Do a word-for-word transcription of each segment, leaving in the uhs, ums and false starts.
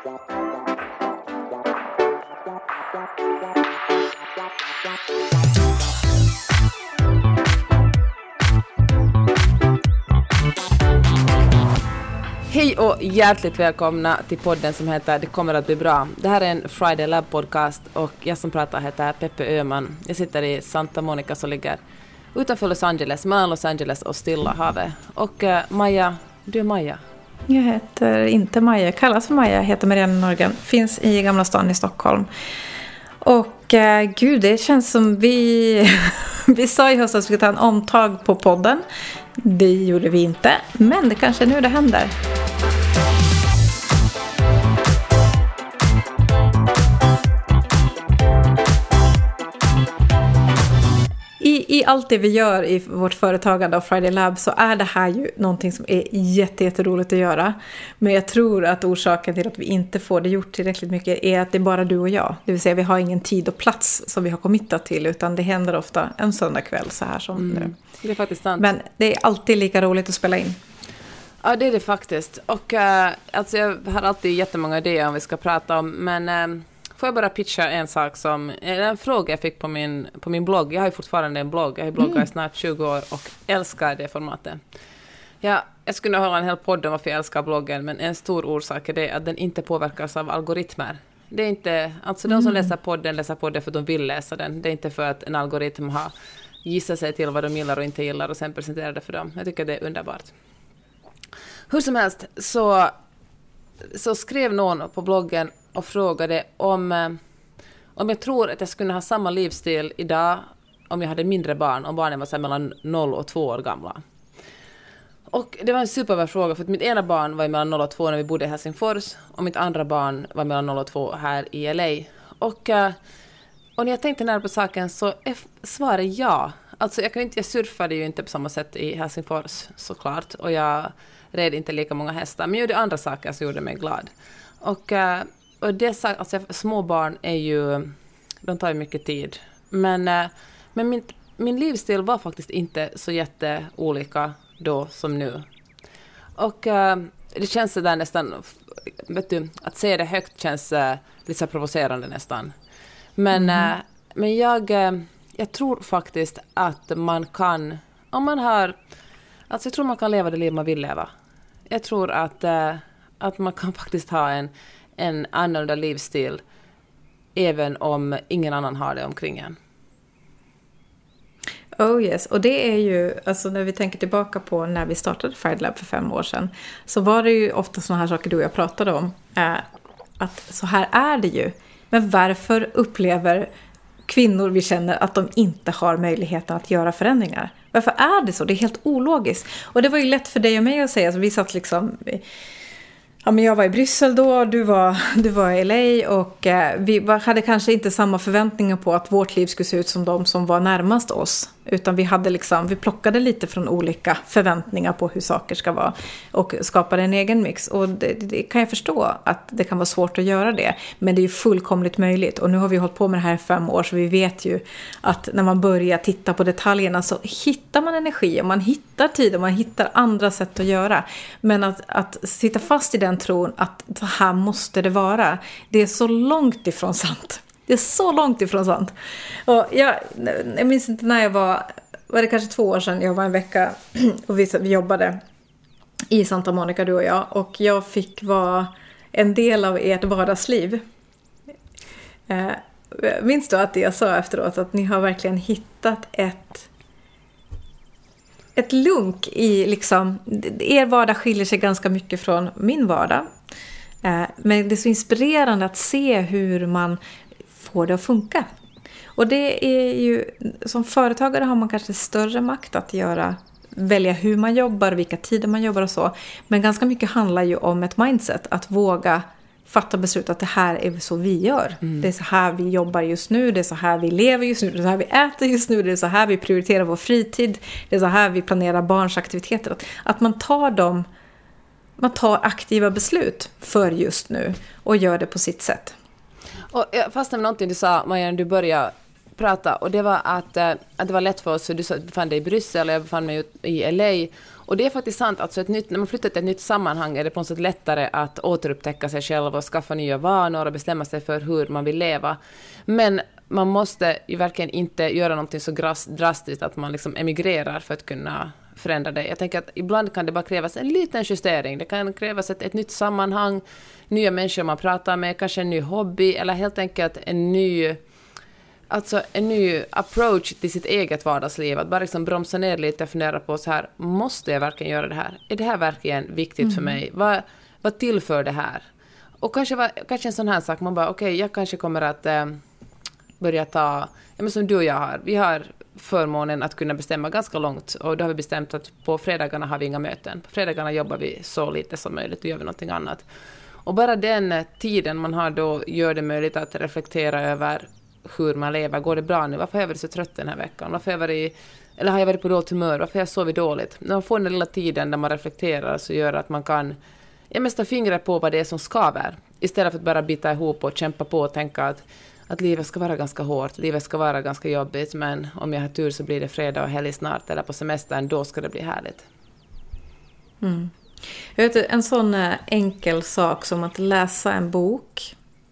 Hej och hjärtligt välkomna till podden som heter Det kommer att bli bra. Det här är en Friday Lab podcast och jag som pratar heter Peppe Öhman. Jag sitter i Santa Monica som ligger utanför Los Angeles, mellan Los Angeles och Stilla havet. Och uh, Maja, du är Maja. Jag heter inte Maja, jag kallas för Maja. Jag heter Marianne Norgren, finns i Gamla stan i Stockholm. Och uh, gud, det känns som vi, vi sa i höstas att vi skulle ta en omtag på podden. Det gjorde vi inte, men det kanske är nu det händer. I, I allt det vi gör i vårt företagande av Friday Lab så är det här ju någonting som är jätte, jätteroligt att göra. Men jag tror att orsaken till att vi inte får det gjort tillräckligt mycket är att det är bara du och jag. Det vill säga vi har ingen tid och plats som vi har committat till, utan det händer ofta en söndagkväll så här som mm. nu. Det är faktiskt sant. Men det är alltid lika roligt att spela in. Ja, det är det faktiskt. Och uh, alltså jag har alltid jättemånga idéer om vi ska prata om, men uh, får jag bara pitcha en sak som en fråga jag fick på min, på min blogg. Jag har ju fortfarande en blogg. Jag har bloggat mm. i snart tjugo år och älskar det formatet. Ja, jag skulle hålla en hel podd om varför jag älskar bloggen, men en stor orsak är det att den inte påverkas av algoritmer. Det är inte, alltså de som mm. läser podden läser podden för att de vill läsa den. Det är inte för att en algoritm har gissat sig till vad de gillar och inte gillar och sen presenterar det för dem. Jag tycker det är underbart. Hur som helst så, så skrev någon på bloggen och frågade om, om jag tror att jag skulle ha samma livsstil idag om jag hade mindre barn, om barnen var så mellan noll och två år gamla. Och det var en superbra fråga, för att mitt ena barn var mellan noll och två när vi bodde i Helsingfors och mitt andra barn var mellan noll och två här i L A. Och, och när jag tänkte nära på saken så är svaret ja. Alltså jag, kan inte, jag surfade ju inte på samma sätt i Helsingfors såklart, och jag red inte lika många hästar, men jag gjorde andra saker som gjorde mig glad. Och, och det, alltså, små barn är ju, de tar ju mycket tid, men, men min, min livsstil var faktiskt inte så jätteolika då som nu. Och det känns så där nästan, vet du, att säga det högt känns lite så provocerande nästan. Men, mm. men jag, jag tror faktiskt att man kan, om man har, alltså jag tror man kan leva det liv man vill leva. Jag tror att, att man kan faktiskt ha en, en annorlunda livsstil även om ingen annan har det omkring en. Oh yes, och det är ju, alltså när vi tänker tillbaka på när vi startade Friday Lab för fem år sedan, så var det ju ofta såna här saker du och jag pratade om, eh, att så här är det ju. Men varför upplever kvinnor vi känner att de inte har möjligheten att göra förändringar? Varför är det så? Det är helt ologiskt. Och det var ju lätt för dig och mig att säga, alltså vi satt liksom, ja, men jag var i Bryssel då, du var, du var i L A, och eh, vi hade kanske inte samma förväntningar på att vårt liv skulle se ut som de som var närmast oss. Utan vi hade liksom, vi plockade lite från olika förväntningar på hur saker ska vara och skapade en egen mix. Och det, det kan jag förstå att det kan vara svårt att göra det. Men det är ju fullkomligt möjligt. Och nu har vi hållit på med det här i fem år, så vi vet ju att när man börjar titta på detaljerna så hittar man energi och man hittar tid och man hittar andra sätt att göra. Men att, att sitta fast i den tron att så här måste det vara, det är så långt ifrån sant. Det är så långt ifrån sant. Och jag, jag minns inte när jag var, var det kanske två år sedan, jag var en vecka och vi, vi jobbade i Santa Monica, du och jag. Och jag fick vara en del av ert vardagsliv. Eh, minns du att jag sa efteråt att ni har verkligen hittat ett, ett lunk i liksom, er vardag skiljer sig ganska mycket från min vardag. Eh, men det är så inspirerande att se hur man får det att funka. Och det är ju, som företagare har man kanske större makt att göra, välja hur man jobbar, vilka tider man jobbar och så. Men ganska mycket handlar ju om ett mindset, att våga fatta beslut att det här är så vi gör. Mm. Det är så här vi jobbar just nu, det är så här vi lever just nu, det är så här vi äter just nu, det är så här vi prioriterar vår fritid, det är så här vi planerar barns aktiviteter. Att man tar dem, man tar aktiva beslut för just nu och gör det på sitt sätt. Och jag fastnade med någonting du sa, Maja, när du började prata, och det var att, att det var lätt för oss, för du befann dig i Bryssel och jag befann mig i L A, Och det är faktiskt sant, alltså ett nytt, när man flyttar till ett nytt sammanhang är det på något sätt lättare att återupptäcka sig själv och skaffa nya vanor och bestämma sig för hur man vill leva. Men man måste ju verkligen inte göra någonting så drastiskt att man liksom emigrerar för att kunna förändra det. Jag tänker att ibland kan det bara krävas en liten justering. Det kan krävas ett, ett nytt sammanhang, nya människor man pratar med, kanske en ny hobby eller helt enkelt en ny, alltså en ny approach till sitt eget vardagsliv. Att bara liksom bromsa ner lite och fundera på så här, måste jag verkligen göra det här? Är det här verkligen viktigt mm. för mig? Vad, vad tillför det här? Och kanske, kanske en sån här sak, man bara okej, okay, jag kanske kommer att eh, börja ta, ja, men som du och jag har, vi har förmånen att kunna bestämma ganska långt och då har vi bestämt att på fredagarna har vi inga möten. På fredagarna jobbar vi så lite som möjligt och gör vi någonting annat. Och bara den tiden man har då gör det möjligt att reflektera över hur man lever. Går det bra nu? Varför har jag varit så trött den här veckan? Varför har jag varit, eller har jag varit på dåligt humör? Varför har jag sovit dåligt? När man får den lilla tiden där man reflekterar så gör att man kan ja, mest ta fingret på vad det är som skaver. Istället för att bara bita ihop och kämpa på och tänka att att livet ska vara ganska hårt, livet ska vara ganska jobbigt, men om jag har tur så blir det fredag och helg snart, eller på semestern, då ska det bli härligt. Mm. Jag vet, en sån enkel sak som att läsa en bok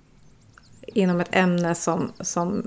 inom ett ämne som, som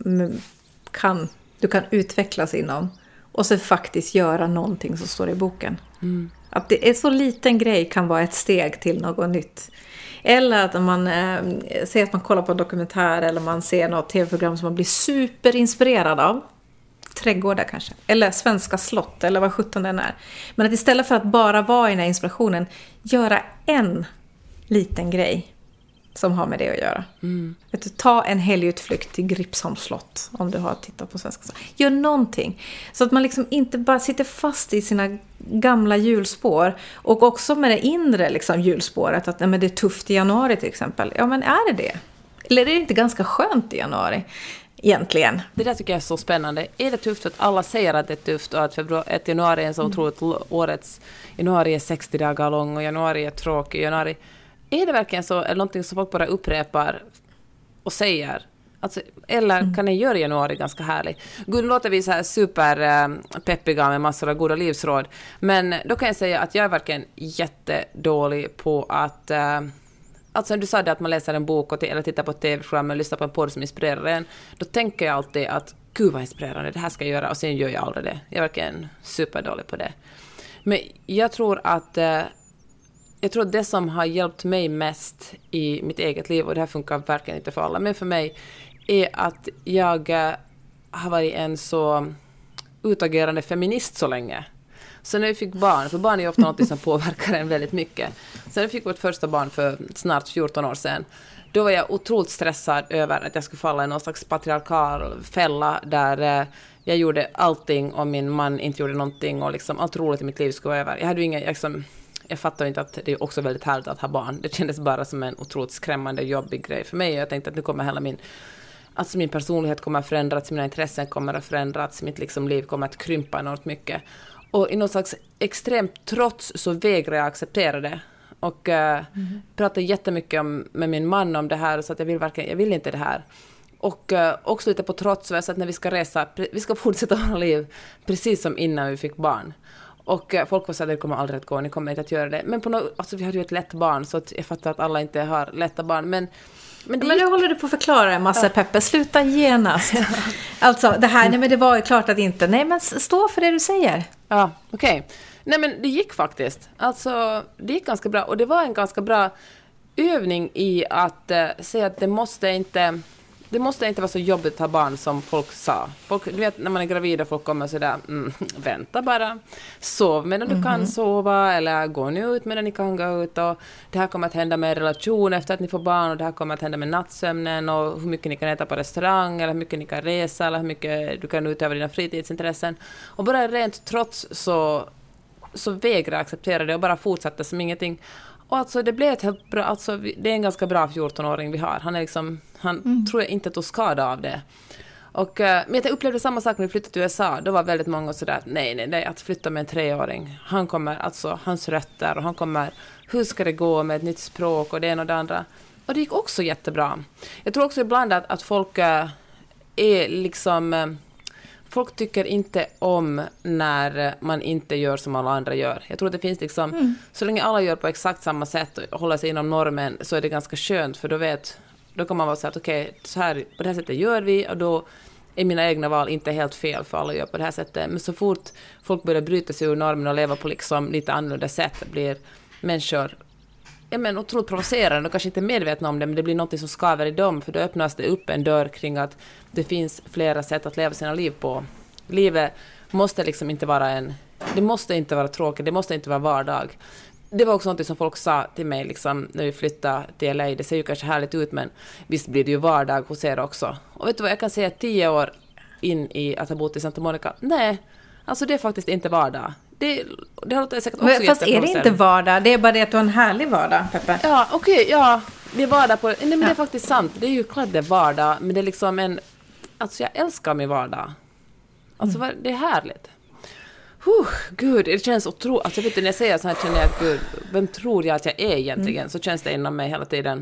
kan, du kan utvecklas inom, och så faktiskt göra någonting som står i boken. Mm. Att det är så liten grej kan vara ett steg till något nytt. Eller att man eh, ser att man kollar på en dokumentär eller man ser något tv-program som man blir superinspirerad av. Trädgårdar kanske. Eller svenska slott eller vad sjutton den är. Men att istället för att bara vara i den här inspirationen, göra en liten grej som har med det att göra. Mm. Vet du, ta en helgutflykt till Gripsholms slott om du har tittat på svenska slott. Gör någonting. Så att man liksom inte bara sitter fast i sina gamla hjulspår. Och också med det inre liksom, hjulspåret. Att nej, men det är tufft i januari till exempel. Ja, men är det det? Eller är det inte ganska skönt i januari? Egentligen. Det där tycker jag är så spännande. Är det tufft att alla säger att det är tufft och att, februari, att januari är en så otroligt mm. årets... Januari är sextio dagar lång och januari är tråkig. Januari... Är det verkligen så? Eller någonting som folk bara upprepar och säger? Alltså, eller mm. kan ni göra januari ganska härlig? Gud, låter vi så här superpeppiga med massor av goda livsråd. Men då kan jag säga att jag är verkligen jättedålig på att... Uh, alltså du sa det att man läser en bok och t- eller tittar på ett tv-program och lyssnar på en podd som inspirerar en. Då tänker jag alltid att gud vad inspirerande, det här ska jag göra. Och sen gör jag aldrig det. Jag är verkligen superdålig på det. Men jag tror att... Uh, Jag tror att det som har hjälpt mig mest i mitt eget liv, och det här funkar verkligen inte för alla, men för mig är att jag har varit en så utagerande feminist så länge. Så när vi fick barn, för barn är ju ofta något som påverkar en väldigt mycket. Så när vi fick vårt första barn för snart fjorton år sedan, då var jag otroligt stressad över att jag skulle falla i någon slags patriarkal fälla där jag gjorde allting och min man inte gjorde någonting och liksom allt roligt i mitt liv skulle vara över. Jag hade ju inga... Liksom, Jag fattar inte att det är också väldigt härligt att ha barn. Det kändes bara som en otroligt skrämmande, jobbig grej för mig. Jag tänkte att nu kommer hela min... Alltså min personlighet kommer att förändras, mina intressen kommer att förändras, mitt liksom liv kommer att krympa enormt mycket. Och i någon slags extremt trots så vägrar jag acceptera det. Och uh, mm. pratade jättemycket om, med min man om det här, så att jag vill verkligen, jag vill inte det här. Och uh, också lite på trots, så att när vi ska resa, vi ska fortsätta våra liv precis som innan vi fick barn. Och folk var så att det kommer aldrig att gå, ni kommer inte att göra det. Men på något, alltså vi hade ju ett lätt barn, så att jag fattar att alla inte har lätta barn. Men, men, det men gick... jag håller du på att förklara en massa, ja. Peppe. Sluta genast. Alltså, det här, nej men det var ju klart att inte. Nej, men stå för det du säger. Ja, okej. Okay. Nej, men det gick faktiskt. Alltså, det gick ganska bra. Och det var en ganska bra övning i att uh, säga att det måste inte... Det måste inte vara så jobbigt att ha barn som folk sa. Folk, du vet, när man är gravid och folk kommer sådär, mm, vänta bara. Sov medan du mm-hmm. kan sova, eller gå nu ut medan ni kan gå ut. Och det här kommer att hända med relation efter att ni får barn, och det här kommer att hända med nattsömnen, och hur mycket ni kan äta på restaurang, eller hur mycket ni kan resa, eller hur mycket du kan utöva dina fritidsintressen. Och bara rent trots så, så vägrar jag acceptera det och bara fortsätta som ingenting. Och alltså det blev ett helt bra, alltså det är en ganska bra fjorton-åring vi har. Han är liksom, han mm. tror jag inte att skada av det. Och, men jag upplevde samma sak när vi flyttade till U S A. Då var väldigt många sådär, nej, nej, nej, att flytta med en treåring. Han kommer, alltså hans rötter, och han kommer, hur ska det gå med ett nytt språk och det ena och det andra. Och det gick också jättebra. Jag tror också ibland att, att folk är liksom... folk tycker inte om när man inte gör som alla andra gör. Jag tror att det finns liksom, mm. så länge alla gör på exakt samma sätt och håller sig inom normen, så är det ganska skönt, för då vet, då kan man vara så att okej, okay, så här, på det här sättet gör vi, och då är mina egna val inte helt fel, för alla gör på det här sättet. Men så fort folk börjar bryta sig ur normen och leva på liksom lite annorlunda sätt, blir människor ja, men otroligt provocerande och kanske inte medvetna om det, men det blir något som skaver i dem, för då öppnas det upp en dörr kring att det finns flera sätt att leva sina liv på. Livet måste liksom inte vara en, det måste inte vara tråkigt, det måste inte vara vardag. Det var också något som folk sa till mig liksom, när vi flyttade till L A. Det ser ju kanske härligt ut, men visst blir det ju vardag hos er också. Och vet du vad, jag kan säga tio år in i att ha bott i Santa Monica, nej, alltså det är faktiskt inte vardag. Det, det har jag säkert också. Men, fast är det inte vardag? Det är bara det att du har en härlig vardag, Peppe. Ja, okej, okay, ja. Det är vardag på... Nej, men ja. Det är faktiskt sant. Det är ju klart det är vardag, men det är liksom en... Alltså, jag älskar min vardag. Alltså, mm. det är härligt. Huh, gud, det känns otroligt... Alltså, vet du, när jag säger så här känner jag att gud, vem tror jag att jag är egentligen? Mm. Så känns det inom mig hela tiden.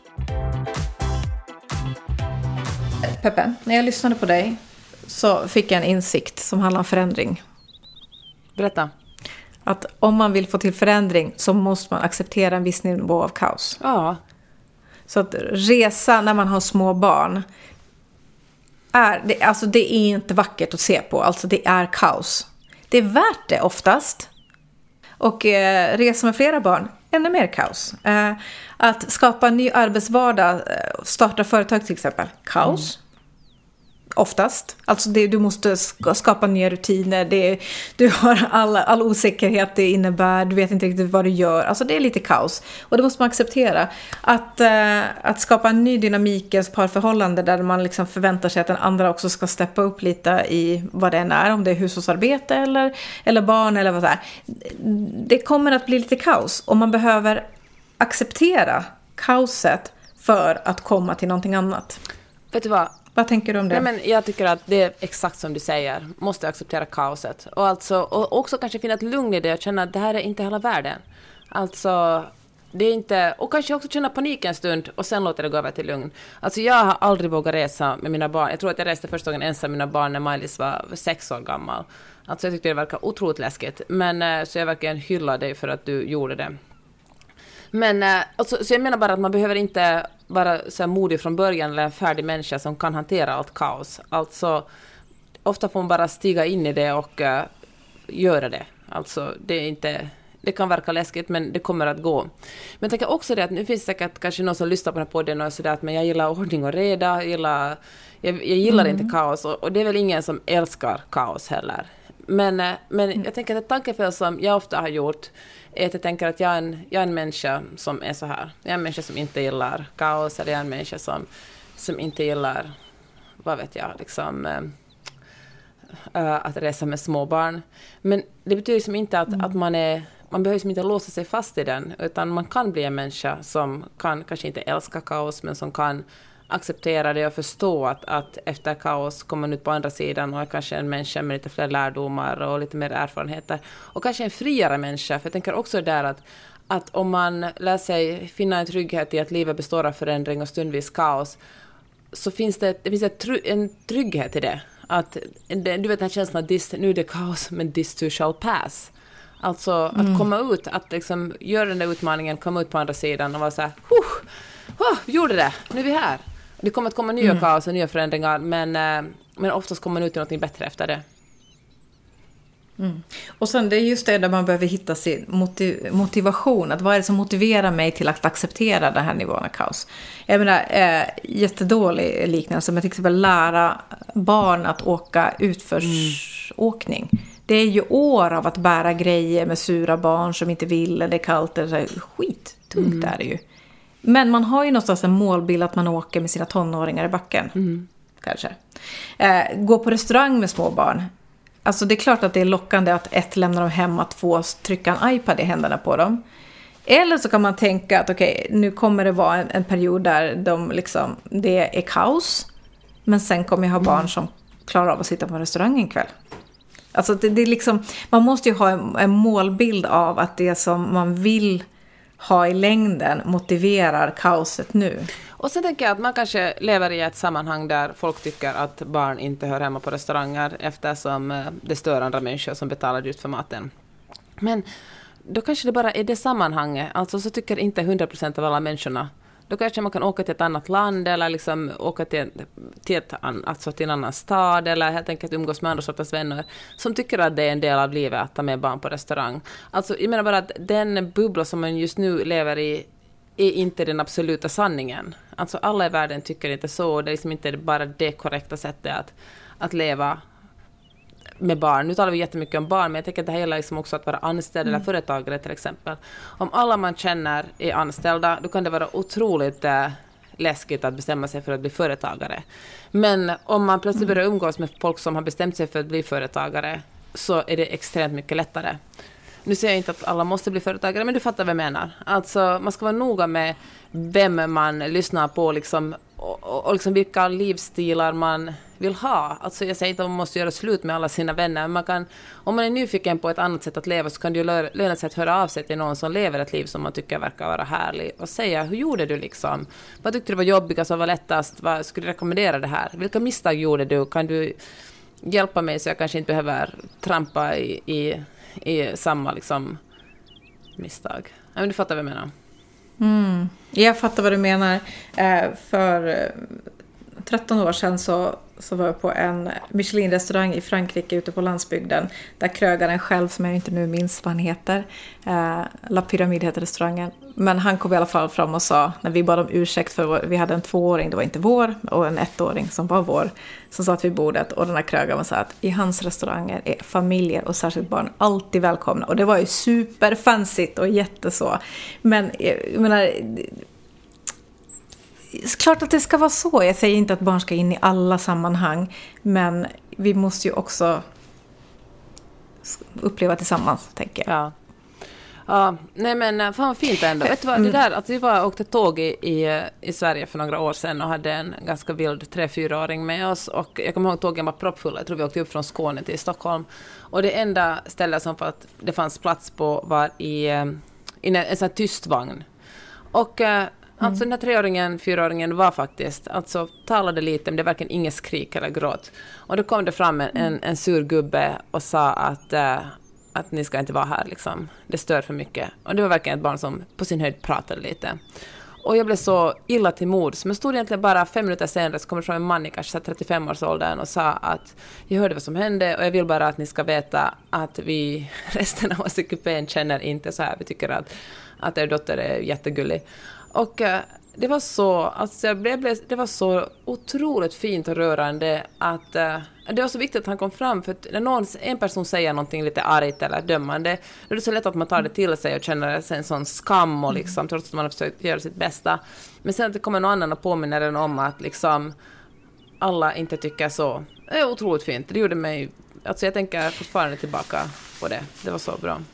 Peppe, när jag lyssnade på dig så fick jag en insikt som handlar om förändring. Berätta. Att om man vill få till förändring så måste man acceptera en viss nivå av kaos. Ja. Så att resa när man har små barn är, det, alltså det är inte vackert att se på. Alltså det är kaos. Det är värt det oftast. Och eh, resa med flera barn, ännu mer kaos. Eh, att skapa en ny arbetsvardag, starta företag till exempel, kaos. Mm. Oftast. Alltså det, du måste skapa nya rutiner. Det, du har all, all osäkerhet det innebär. Du vet inte riktigt vad du gör. Alltså det är lite kaos. Och det måste man acceptera. Att, eh, att skapa en ny dynamik i ett parförhållande där man liksom förväntar sig att den andra också ska steppa upp lite i vad det än är. Om det är hushållsarbete eller, eller barn eller vad det är. Det kommer att bli lite kaos. Och man behöver acceptera kaoset för att komma till någonting annat. Vet du vad? Vad tänker du om det? Nej, men jag tycker att det är exakt som du säger. Måste acceptera kaoset. Och, alltså, och också kanske finna ett lugn i det och känna att det här är inte hela världen. Alltså, det är inte... Och kanske också känna panik en stund och sen låter det gå över till lugn. Alltså jag har aldrig vågat resa med mina barn. Jag tror att jag reste första gången ensam med mina barn när Maj-Lis var sex år gammal. Alltså jag tyckte det verkar otroligt läskigt. Men så jag verkligen hyllar dig för att du gjorde det. Men alltså, så jag menar bara att man behöver inte vara så här modig från början eller en färdig människa som kan hantera allt kaos. Alltså, ofta får man bara stiga in i det och uh, göra det. Alltså, det är inte... Det kan verka läskigt, men det kommer att gå. Men jag tänker också det att nu finns det säkert kanske någon som lyssnar på den här podden och sådär att men jag gillar ordning och reda, jag gillar, jag, jag gillar mm. inte kaos. Och, och det är väl ingen som älskar kaos heller. Men, men mm. jag tänker att ett tankefel som jag ofta har gjort är att jag tänker att jag är, en, jag är en människa som är så här. Jag är en människa som inte gillar kaos, eller jag är en människa som, som inte gillar, vad vet jag, liksom... Uh, att resa med små barn. Men det betyder som inte att, mm. att man är... Man behöver inte låsa sig fast i den, utan man kan bli en människa som kan kanske inte älska kaos, men som kan acceptera det och förstå att, att efter kaos kommer man ut på andra sidan och är kanske en människa med lite fler lärdomar och lite mer erfarenheter. Och kanske en friare människa, för jag tänker också där att, att om man lär sig finna en trygghet i att livet består av förändring och stundvis kaos, så finns det, det finns ett, en trygghet i det. Att, du vet den här känslan att this, nu är det kaos, men this too shall pass. Alltså att mm. komma ut, att liksom göra den där utmaningen, komma ut på andra sidan och vara så här, huh, oh, vi gjorde det, nu är vi här. Det kommer att komma nya mm. kaos och nya förändringar, men, men oftast kommer man ut i något bättre efter det. Mm. Och sen det är just det där man behöver hitta sin motiv- motivation. Att vad är det som motiverar mig till att acceptera den här nivån av kaos? Jag menar, eh, jättedålig liknelse. Men till exempel lära barn att åka utförsåkning. Mm. Det är ju år av att bära grejer med sura barn som inte vill eller det är kallt. Eller så här, skit, tungt mm. är det ju. Men man har ju någonstans en målbild att man åker med sina tonåringar i backen. Mm. Kanske. Eh, gå på restaurang med små barn. Alltså det är klart att det är lockande att ett lämnar dem hem, att två trycka en iPad i händerna på dem. Eller så kan man tänka att okej, okay, nu kommer det vara en, en period där de liksom, det är kaos. Men sen kommer jag ha barn som klarar av att sitta på restaurangen kväll. Alltså det, det är liksom, man måste ju ha en, en målbild av att det som man vill ha i längden motiverar kaoset nu. Och sen tänker jag att man kanske lever i ett sammanhang där folk tycker att barn inte hör hemma på restauranger eftersom det stör andra människor som betalar ut för maten. Men då kanske det bara är det sammanhanget. Alltså så tycker inte hundra procent av alla människorna. Då kanske man kan åka till ett annat land eller liksom åka till, till, ett, alltså till en annan stad eller helt enkelt umgås med andra sorters vänner som tycker att det är en del av livet att ta med barn på restaurang. Alltså jag menar bara att den bubbla som man just nu lever i är inte den absoluta sanningen. Alltså alla i världen tycker inte så. Det är liksom inte bara det korrekta sättet att, att leva med barn. Nu talar vi jättemycket om barn, men jag tänker att det här gäller liksom också att vara anställd mm. eller företagare till exempel. Om alla man känner är anställda, då kan det vara otroligt äh, läskigt att bestämma sig för att bli företagare. Men om man plötsligt börjar umgås med folk som har bestämt sig för att bli företagare så är det extremt mycket lättare. Nu säger jag inte att alla måste bli företagare, men du fattar vad jag menar. Alltså, man ska vara noga med vem man lyssnar på liksom, och, och, och liksom vilka livsstilar man vill ha. Alltså, jag säger inte att man måste göra slut med alla sina vänner. Men man kan, om man är nyfiken på ett annat sätt att leva så kan det ju löna sig att höra av sig till någon som lever ett liv som man tycker verkar vara härlig. Och säga, hur gjorde du liksom? Vad tyckte du var jobbigast och var lättast? Vad skulle du rekommendera det här? Vilka misstag gjorde du? Kan du hjälpa mig så jag kanske inte behöver trampa i... i i samma liksom misstag. Ja, men du fattar vad jag menar. Mm. Jag fattar vad du menar. Eh, för tretton år sedan så, så var jag på en Michelin-restaurang i Frankrike ute på landsbygden. Där krögaren själv, som jag inte nu minns vad han heter, eh, La Pyramide heter restaurangen. Men han kom i alla fall fram och sa, när vi bad om ursäkt för vår, vi hade en tvååring, det var inte vår, och en ettåring som var vår, som satt vid bordet. Och den här krögaren sa att i hans restauranger är familjer och särskilt barn alltid välkomna. Och det var ju superfansigt och jätteså. Men jag menar... Klart att det ska vara så. Jag säger inte att barn ska in i alla sammanhang. Men vi måste ju också uppleva tillsammans, tänker jag. Ja. Ja, nej men fan vad fint ändå. Vet du vad, det där att vi var åkte tåg i, i, i Sverige för några år sedan och hade en ganska vild tre-fyraåring med oss. Och jag kommer ihåg att tågen var proppfulla. Jag tror vi åkte upp från Skåne till Stockholm. Och det enda stället som att det fanns plats på var i, i en, en sån här tyst vagn. Och... Alltså den här treåringen, fyraåringen var faktiskt, alltså talade lite, men det var varken inget skrik eller gråt. Och då kom det fram en, en, en sur gubbe och sa att, äh, att ni ska inte vara här liksom. Det stör för mycket. Och det var verkligen ett barn som på sin höjd pratade lite. Och jag blev så illa till mods. Men stod egentligen bara fem minuter senare så kom det fram en man i kanske trettiofem-årsåldern och sa att jag hörde vad som hände och jag vill bara att ni ska veta att vi resten av oss i kupén känner inte så här. Vi tycker att, att er dotter är jättegullig. Och uh, det var så, alltså jag blev, det var så otroligt fint och rörande att uh, det var så viktigt att han kom fram, för att när någon, en person säger någonting lite argt eller dömande, då är det så lätt att man tar det till sig och känner en sån skam och liksom, trots att man har försökt göra sitt bästa. Men sen att det kommer någon annan och påminner en om att liksom alla inte tycker så. Det är otroligt fint. Det gjorde mig, alltså jag tänker fortfarande tillbaka på det. Det var så bra.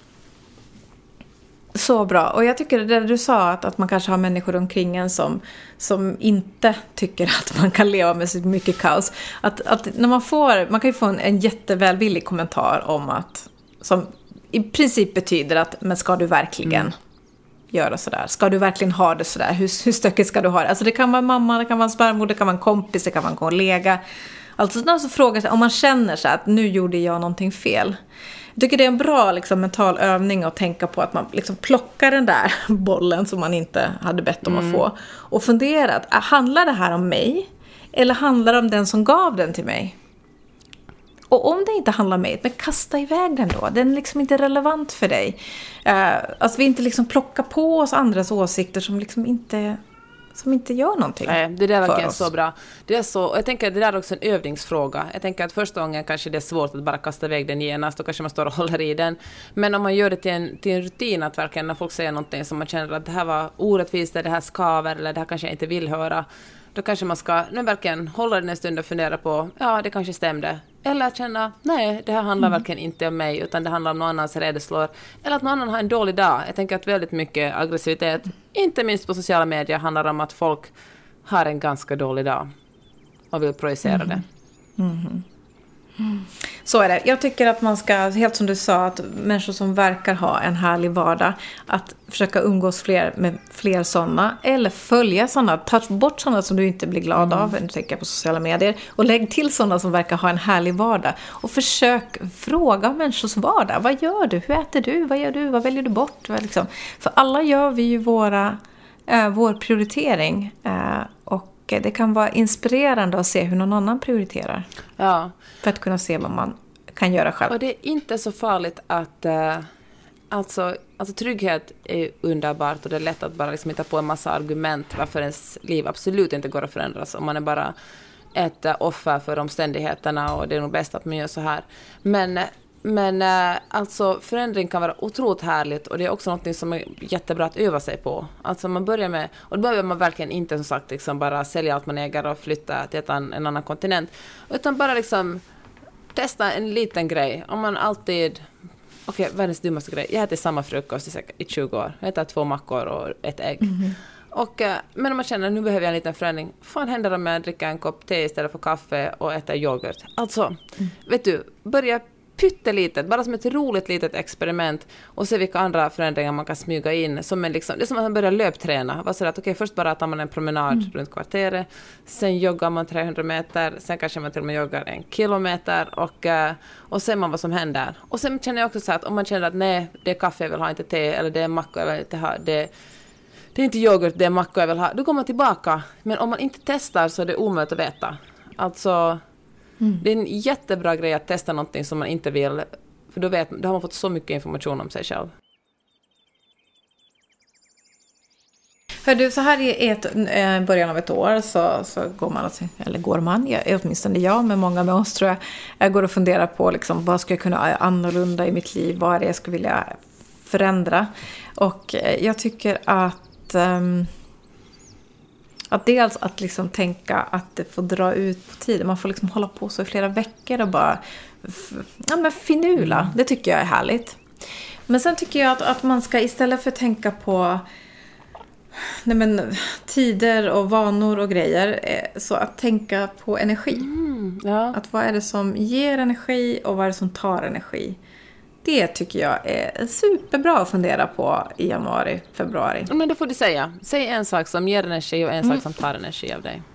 Så bra. Och jag tycker det du sa, att, att man kanske har människor omkring en som, som inte tycker att man kan leva med så mycket kaos. Att, att när man får, man kan ju få en, en jättevälvillig kommentar om att, som i princip betyder att, men ska du verkligen mm. göra sådär? Ska du verkligen ha det sådär? Hur, hur stökigt ska du ha det? Alltså det kan vara mamma, det kan vara en svärmor, det kan vara en kompis, det kan vara en kollega. Alltså när man frågar sig, om man känner så att nu gjorde jag någonting fel. Jag tycker det är en bra liksom, mental övning att tänka på att man liksom, plockar den där bollen som man inte hade bett om mm. att få. Och fundera, att, handlar det här om mig? Eller handlar det om den som gav den till mig? Och om det inte handlar om mig, men kasta iväg den då. Den är liksom inte relevant för dig. Uh, att vi inte liksom plockar på oss andras åsikter som liksom inte... som inte gör någonting. Nej, det där verkar så bra. Det är så, och jag tänker att det där är också en övningsfråga. Jag tänker att första gången kanske det är svårt att bara kasta iväg den genast, då kanske man står och håller i den. Men om man gör det till en, till en rutin, att verkligen när folk säger någonting som man känner att det här var orättvist, det här skaver, eller det här kanske jag inte vill höra, då kanske man ska nu verkligen hålla den en stund och fundera på, ja, det kanske stämde. Eller att känna, nej, det här handlar mm. verkligen inte om mig, utan det handlar om någon annans rädslor. Eller att någon annan har en dålig dag. Jag tänker att väldigt mycket aggressivitet, inte minst på sociala medier, handlar om att folk har en ganska dålig dag och vill projicera mm. det. Mm. Mm. Så är det. Jag tycker att man ska, helt som du sa, att människor som verkar ha en härlig vardag, att försöka umgås fler med fler sådana, eller följa sådana, ta bort sådana som du inte blir glad av, mm. nu tänker jag på sociala medier, och lägg till sådana som verkar ha en härlig vardag. Och försök fråga människors vardag. Vad gör du? Hur äter du? Vad gör du? Vad väljer du bort? Liksom. För alla gör vi ju våra, äh, vår prioritering, äh, och det kan vara inspirerande att se hur någon annan prioriterar. Ja. För att kunna se vad man kan göra själv. Och det är inte så farligt att... Uh, alltså, alltså trygghet är underbart och det är lätt att bara liksom hitta på en massa argument varför ens liv absolut inte går att förändras. Om man är bara ett uh, offer för omständigheterna och det är nog bäst att man gör så här. Men... Men äh, alltså förändring kan vara otroligt härligt och det är också något som är jättebra att öva sig på. Alltså man börjar med, och då behöver man verkligen inte som sagt liksom bara sälja allt man äger och flytta till en, en annan kontinent. Utan bara liksom testa en liten grej. Om man alltid, okej, okay, världens dummaste grej. Jag äter samma frukost i, i tjugo år. Jag äter två mackor och ett ägg. Mm-hmm. Och, äh, men om man känner att nu behöver jag en liten förändring. Fan händer om jag dricker en kopp te istället för kaffe och äter yoghurt. Alltså, mm. vet du, börja pyttelitet, bara som ett roligt litet experiment och se vilka andra förändringar man kan smyga in. Som en liksom, det är som att man börjar löpträna. Vad så att, okay, först bara tar man en promenad mm. runt kvarteret, sen joggar man trehundra meter, sen kanske man till och med joggar en kilometer och, och ser man vad som händer. Och sen känner jag också så att om man känner att nej, det är kaffe jag vill ha, inte te, eller det är macka jag vill inte ha, det, det är inte yoghurt, det är macka jag vill ha, då går man tillbaka. Men om man inte testar så är det omöjligt att veta. Alltså... Mm. Det är en jättebra grej att testa någonting som man inte vill. För då, vet, då har man fått så mycket information om sig själv. Hör du, så här i ett, eh, början av ett år så, så går man, eller går man, jag, åtminstone jag, men många med oss tror jag, jag går och funderar på liksom, vad ska jag kunna annorlunda i mitt liv, vad är det jag skulle vilja förändra. Och eh, jag tycker att... Um, Att dels att liksom tänka att det får dra ut på tiden. Man får liksom hålla på så i flera veckor och bara ja, men finula. Mm. Det tycker jag är härligt. Men sen tycker jag att, att man ska istället för att tänka på nej men, tider och vanor och grejer, så att tänka på energi. Mm, ja. Att vad är det som ger energi och vad är det som tar energi? Det tycker jag är superbra att fundera på i januari, februari. Men då får du säga. Säg en sak som ger energi och en mm. sak som tar energi av dig.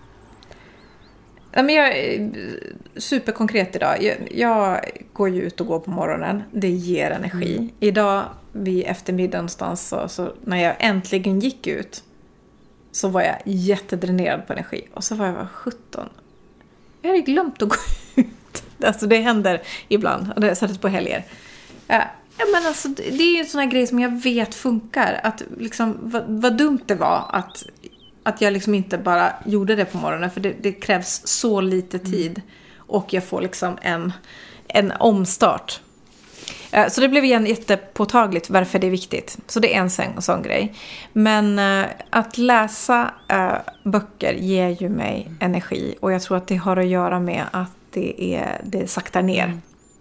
Ja, men jag är superkonkret idag. Jag, jag går ju ut och går på morgonen. Det ger energi. Mm. Idag vid eftermiddagen någonstans så, så när jag äntligen gick ut så var jag jättedränerad på energi. Och så var jag sjutton. Jag hade glömt att gå ut. Alltså det händer ibland. Och det sätts på helger. Ja, men alltså, det är ju en sån här grej som jag vet funkar. Att liksom, vad, vad dumt det var att, att jag liksom inte bara gjorde det på morgonen. För det, det krävs så lite tid. Och jag får liksom en, en omstart. Så det blev igen jättepåtagligt varför det är viktigt. Så det är en sån, sån grej. Men äh, att läsa äh, böcker ger ju mig energi. Och jag tror att det har att göra med att det, är, det saktar ner.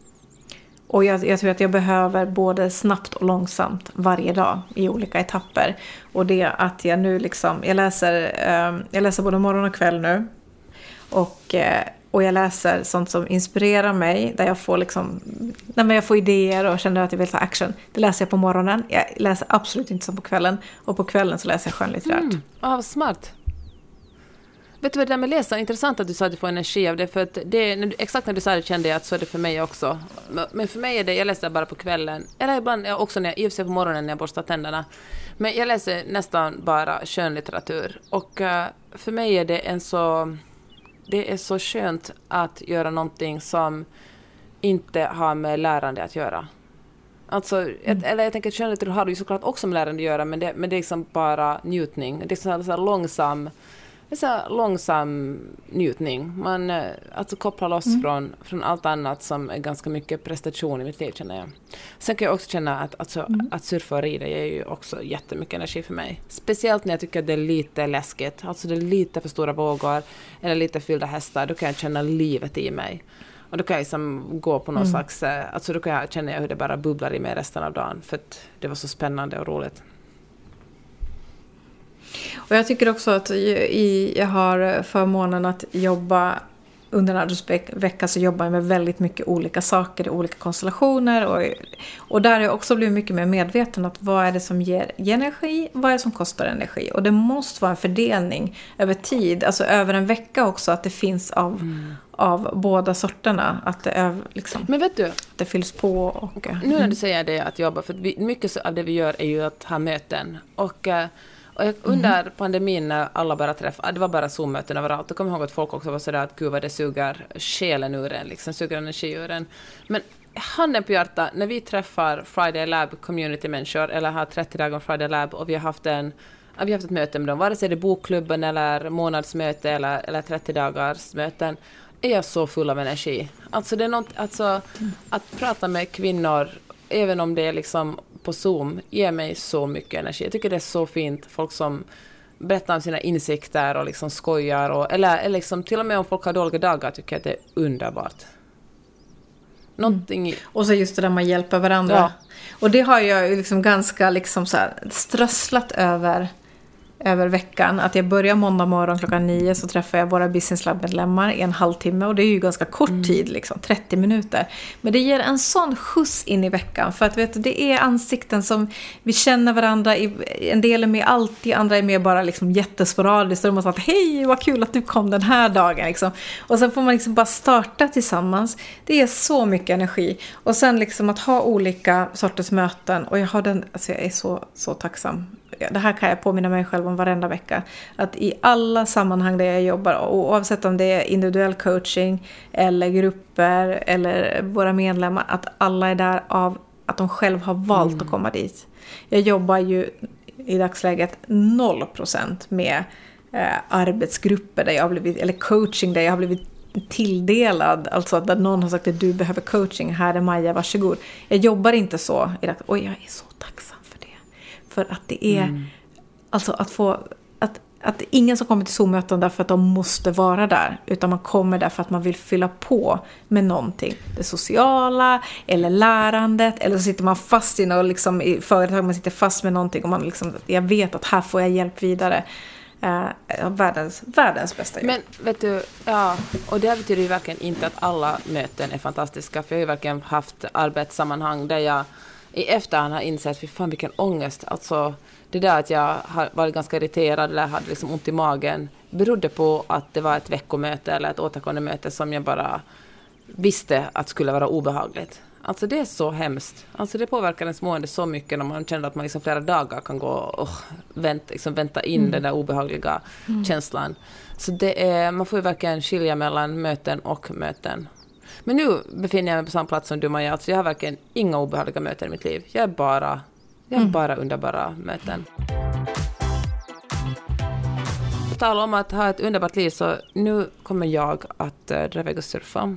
Och jag, jag tror att jag behöver både snabbt och långsamt varje dag i olika etapper. Och det att jag nu liksom, jag läser, eh, jag läser både morgon och kväll nu. Och, eh, och jag läser sånt som inspirerar mig. Där jag får liksom, när jag får idéer och känner att jag vill ta action. Det läser jag på morgonen. Jag läser absolut inte som på kvällen. Och på kvällen så läser jag skönlitterärt. Mm, ah, smart. Vet du vad det där med läsa? Intressant att du sa att du får energi av det. För att det, när du, exakt när du sa det kände jag att så är det för mig också. Men för mig är det, jag läser bara på kvällen. Eller ibland jag också när jag, i och för sig på morgonen när jag borstar tänderna. Men jag läser nästan bara skönlitteratur. Och uh, för mig är det en så... Det är så skönt att göra någonting som inte har med lärande att göra. Alltså, mm. ett, eller jag tänker att skönlitteratur har ju såklart också med lärande att göra. Men det, men det är liksom bara njutning. Det är så här, så här långsam... Det är så här långsam njutning. Man alltså kopplar loss mm. från, från allt annat som är ganska mycket prestation i mitt liv, känner jag. Sen kan jag också känna att, alltså, mm. att surfa och rida ger ju också jättemycket energi för mig. Speciellt när jag tycker att det är lite läskigt. Alltså det är lite för stora vågor eller lite fyllda hästar. Då kan jag känna livet i mig. Och då kan jag liksom gå på någon mm. slags... Alltså då kan jag känna hur det bara bubblar i mig resten av dagen. För att det var så spännande och roligt. Och jag tycker också att i, jag har förmånen att jobba under en arbetsvecka så jobbar jag med väldigt mycket olika saker i olika konstellationer. Och, och där har jag också blivit mycket mer medveten att vad är det som ger energi, vad är det som kostar energi. Och det måste vara en fördelning över tid, alltså över en vecka också, att det finns av, mm. av båda sorterna. Att det, är, liksom, Men vet du, det fylls på. Och, nu när du säger det att jobba, för vi, mycket av det vi gör är ju att ha möten. Och... Och jag, under mm. pandemin när alla bara träffade, det var bara Zoom-möten överallt, då kommer jag ihåg att folk också var sådär att gud vad det suger själen ur en, liksom suger energi ur en. Men handen på hjärta, när vi träffar Friday Lab community-människor eller har trettio dagar Friday Lab och vi har haft en vi har haft ett möte med dem, vare sig det är bokklubben eller månadsmöte eller, eller trettio dagars möten, är jag så full av energi. Alltså det är något, alltså mm. att prata med kvinnor, även om det är liksom på Zoom, ger mig så mycket energi. Jag tycker det är så fint. Folk som berättar om sina insikter och liksom skojar. Och, eller, eller liksom, till och med om folk har dåliga dagar tycker jag att det är underbart. Någonting i... mm. Och så just det där man hjälper varandra. Ja. Och det har jag ju liksom ganska liksom så här strösslat över över veckan. Att jag börjar måndag morgon klockan nio så träffar jag våra Business Lab-medlemmar i en halvtimme. Och det är ju ganska kort mm. tid, liksom, trettio minuter. Men det ger en sån skjuts in i veckan. För att vet du, det är ansikten som vi känner varandra. I, en del är med alltid, andra är med bara liksom jättesporadiskt. Och de har sagt, hej vad kul att du kom den här dagen. Liksom. Och sen får man liksom bara starta tillsammans. Det är så mycket energi. Och sen liksom att ha olika sorters möten. Och jag har den, alltså jag är så, så tacksam. Det här kan jag påminna mig själv om varenda vecka. Att i alla sammanhang där jag jobbar, oavsett om det är individuell coaching eller grupper eller våra medlemmar, att alla är där av att de själv har valt mm. att komma dit. Jag jobbar ju i dagsläget noll procent med eh, arbetsgrupper där jag har blivit, eller coaching där jag har blivit tilldelad, alltså där någon har sagt att du behöver coaching, här är Maja, varsågod. Jag jobbar inte så i dagsläget. Oj, jag är så tacksam. För att det är, mm. alltså att få, att, att det är ingen som kommer till Zoom-möten därför att de måste vara där. Utan man kommer där för att man vill fylla på med någonting. Det sociala, eller lärandet, eller så sitter man fast i något, liksom, i företag, man sitter fast med någonting och man liksom, jag vet att här får jag hjälp vidare. Uh, världens, världens bästa jobb. Men vet du, ja, och det betyder ju verkligen inte att alla möten är fantastiska. För jag har ju verkligen haft arbetssammanhang där jag i efterhand har insett, för fan vilken ångest. Alltså det där att jag har varit ganska irriterad eller hade liksom ont i magen berodde på att det var ett veckomöte eller ett återkommande möte som jag bara visste att skulle vara obehagligt. Alltså det är så hemskt. Alltså det påverkar ens mående så mycket när man känner att man liksom flera dagar kan gå och vänta, liksom vänta in mm. den där obehagliga mm. känslan. Så det är, man får ju verkligen skilja mellan möten och möten. Men nu befinner jag mig på samma plats som du, Maja. Alltså jag har verkligen inga obehagliga möten i mitt liv. Jag är bara, jag är mm. bara underbara möten. På tal om att ha ett underbart liv, så nu kommer jag att uh, dra iväg och surfa.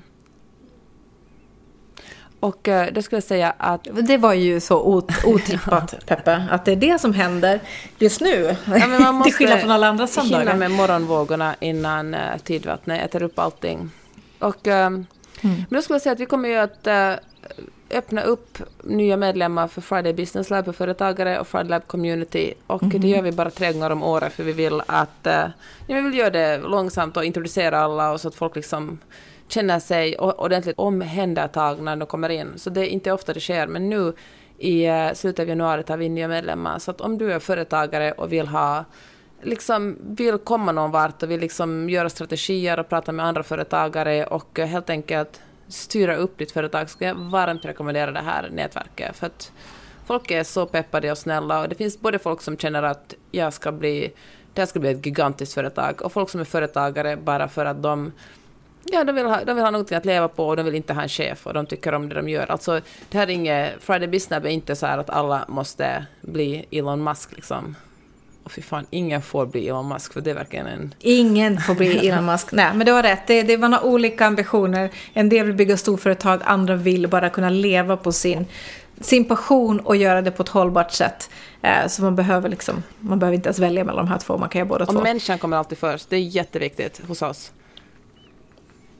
Och uh, det skulle jag säga att... Det var ju så otippat, Peppe, att det är det som händer just nu. Ja, men man måste till skillnad från alla andra söndagar. hinna med morgonvågorna innan uh, tidvattnet äter upp allting. Och... Uh, Mm. Men då skulle jag säga att vi kommer ju att äh, öppna upp nya medlemmar för Friday Business Lab för företagare och Friday Lab Community. Och mm. det gör vi bara tre gånger om året, för vi vill att äh, ja, vi vill göra det långsamt och introducera alla, och så att folk liksom känner sig ordentligt omhändertagna när de kommer in. Så det är inte ofta det sker, men nu i äh, slutet av januari tar vi nya medlemmar. Så att om du är företagare och vill ha liksom vill komma någon vart och vill liksom göra strategier och prata med andra företagare och helt enkelt styra upp ditt företag, ska jag varmt rekommendera det här nätverket. För att folk är så peppade och snälla, och det finns både folk som känner att jag ska bli, det här ska bli ett gigantiskt företag, och folk som är företagare bara för att de Ja, de vill, ha, de vill ha något att leva på, och de vill inte ha en chef, och de tycker om det de gör. Alltså, det här är inget, Friday Business Lab är inte så här att alla måste bli Elon Musk liksom. Och fy fan, ingen får bli Elon Musk, för det är verkligen en... Ingen får bli Elon Musk. Nej, men du har rätt. Det, det, man har olika ambitioner. En del vill bygga storföretag, andra vill bara kunna leva på sin, sin passion och göra det på ett hållbart sätt. Eh, så man behöver liksom, man behöver inte ens välja mellan de här två, man kan göra båda och två. Och människan kommer alltid först, det är jätteviktigt hos oss.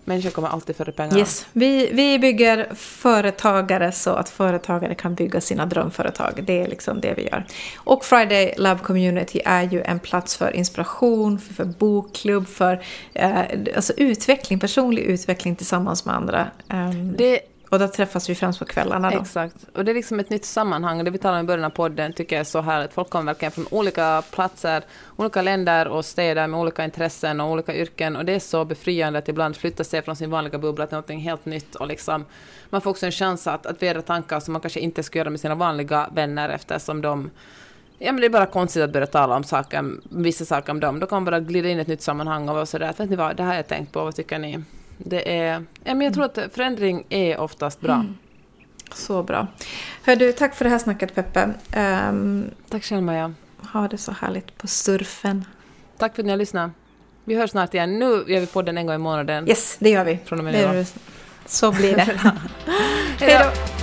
Människor kommer alltid före pengarna. Yes. Vi, vi bygger företagare så att företagare kan bygga sina drömföretag. Det är liksom det vi gör. Och Friday Lab Community är ju en plats för inspiration, för, för bokklubb, för eh, alltså utveckling, personlig utveckling tillsammans med andra. Um, det Och då träffas vi främst på kvällarna då. Exakt. Och det är liksom ett nytt sammanhang. Det vi talar om i början av podden tycker jag är så härligt. Folk kommer verkligen från olika platser, olika länder och städer med olika intressen och olika yrken. Och det är så befriande att ibland flytta sig från sin vanliga bubbla till något helt nytt. Och liksom, man får också en chans att, att vädra tankar som man kanske inte ska göra med sina vanliga vänner eftersom de... Ja, men det är bara konstigt att börja tala om saker, vissa saker om dem. Då kan man bara glida in i ett nytt sammanhang och vara sådär. Vet ni vad, det här har jag tänkt på. Vad tycker ni? Det är, ja, men jag tror att förändring är oftast bra. Mm. Så bra. Hör du, tack för det här snacket, Peppe. Um, tack själv, Maja. Ha det så härligt på surfen. Tack för att ni har lyssnat. Vi hörs snart igen. Nu gör vi podden en gång i månaden. Yes, det gör vi. Från och med det nu. Så blir det. Hej då.